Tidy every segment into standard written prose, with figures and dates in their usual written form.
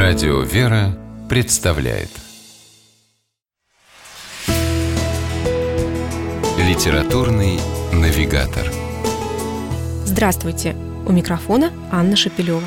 Радио «Вера» представляет Литературный навигатор. Здравствуйте! У микрофона Анна Шапилева.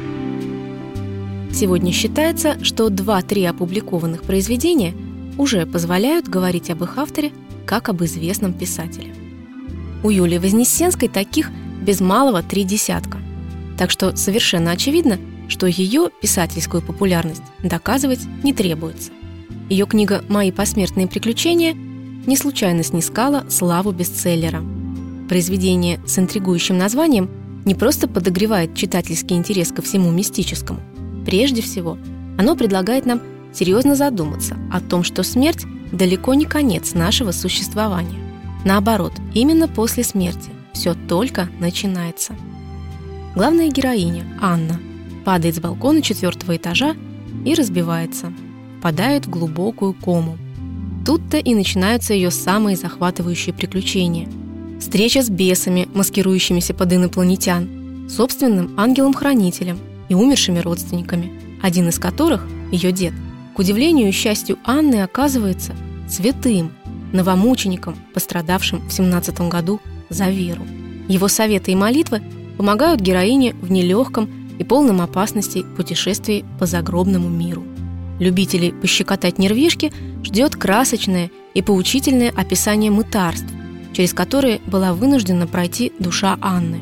Сегодня считается, что 2-3 опубликованных произведения уже позволяют говорить об их авторе как об известном писателе. У Юлии Вознесенской таких без малого 3 десятка. Так что совершенно очевидно, что ее писательскую популярность доказывать не требуется. Ее книга «Мои посмертные приключения» не случайно снискала славу бестселлера. Произведение с интригующим названием не просто подогревает читательский интерес ко всему мистическому. Прежде всего, оно предлагает нам серьезно задуматься о том, что смерть далеко не конец нашего существования. Наоборот, именно после смерти все только начинается. Главная героиня, Анна, падает с балкона 4-го этажа и разбивается, впадает в глубокую кому. Тут-то и начинаются ее самые захватывающие приключения. Встреча с бесами, маскирующимися под инопланетян, собственным ангелом-хранителем и умершими родственниками, один из которых, ее дед, к удивлению и счастью Анны, оказывается святым, новомучеником, пострадавшим в 17 году за веру. Его советы и молитвы помогают героине в нелегком и полном опасностей путешествии по загробному миру. Любителей пощекотать нервишки ждет красочное и поучительное описание мытарств, через которые была вынуждена пройти душа Анны.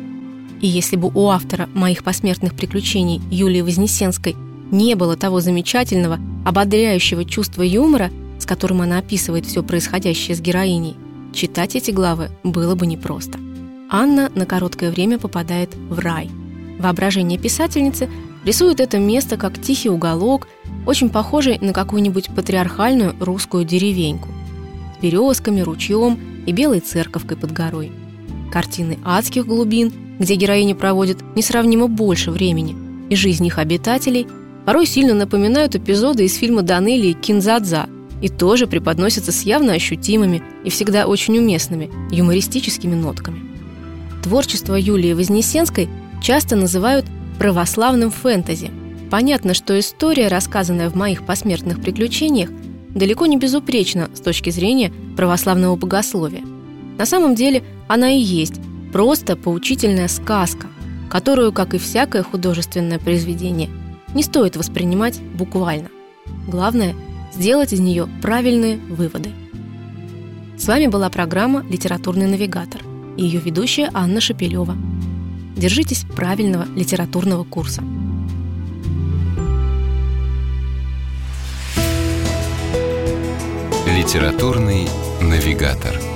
И если бы у автора «Моих посмертных приключений» Юлии Вознесенской не было того замечательного, ободряющего чувства юмора, с которым она описывает все происходящее с героиней, читать эти главы было бы непросто. Анна на короткое время попадает в рай. Воображение писательницы рисует это место как тихий уголок, очень похожий на какую-нибудь патриархальную русскую деревеньку с березками, ручьем и белой церковкой под горой. Картины адских глубин, где героиня проводит несравнимо больше времени, и жизнь их обитателей порой сильно напоминают эпизоды из фильма Данелии «Кин-дза-дза» и тоже преподносятся с явно ощутимыми и всегда очень уместными юмористическими нотками. Творчество Юлии Вознесенской часто называют православным фэнтези. Понятно, что история, рассказанная в «Моих посмертных приключениях», далеко не безупречна с точки зрения православного богословия. На самом деле она и есть просто поучительная сказка, которую, как и всякое художественное произведение, не стоит воспринимать буквально. Главное – сделать из нее правильные выводы. С вами была программа «Литературный навигатор» и ее ведущая Анна Шапилева. Держитесь правильного литературного курса. Литературный навигатор.